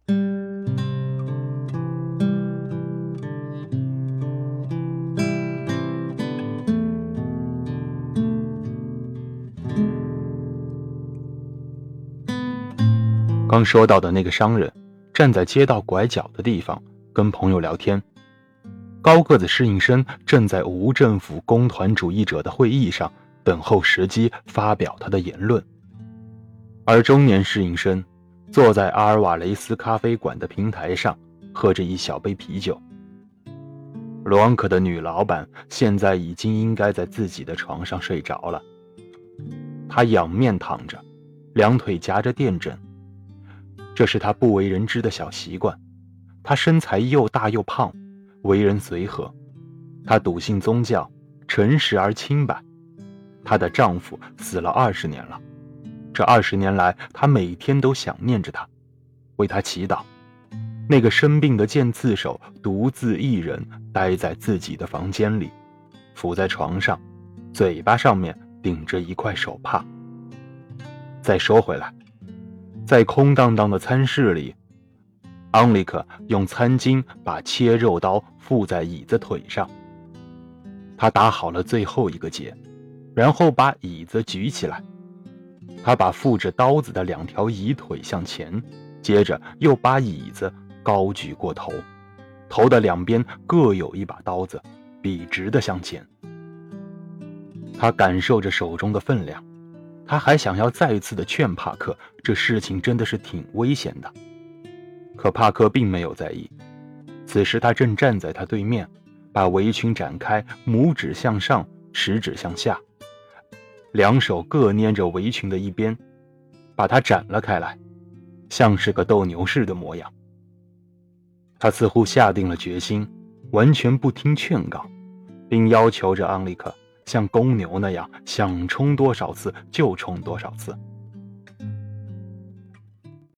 刚说到的那个商人站在街道拐角的地方跟朋友聊天，高个子侍应生正在无政府工团主义者的会议上等候时机发表他的言论，而中年侍应生坐在阿尔瓦雷斯咖啡馆的平台上喝着一小杯啤酒。罗昂克的女老板现在已经应该在自己的床上睡着了，她仰面躺着，两腿夹着垫枕，这是她不为人知的小习惯。她身材又大又胖，为人随和。她笃信宗教，诚实而清白。她的丈夫死了20年了，这20年来，她每天都想念着他，为他祈祷。那个生病的剑刺手独自一人待在自己的房间里，伏在床上，嘴巴上面顶着一块手帕。再说回来，在空荡荡的餐室里，昂里克用餐巾把切肉刀附在椅子腿上。他打好了最后一个结，然后把椅子举起来。他把附着刀子的2条椅腿向前，接着又把椅子高举过头，头的2边各有一把刀子，笔直地向前。他感受着手中的分量，他还想要再次的劝帕克，这事情真的是挺危险的。可帕克并没有在意，此时他正站在他对面，把围裙展开，拇指向上，食指向下，两手各捏着围裙的一边，把它展了开来，像是个斗牛士的模样。他似乎下定了决心，完全不听劝告，并要求着昂里克像公牛那样想冲多少次就冲多少次。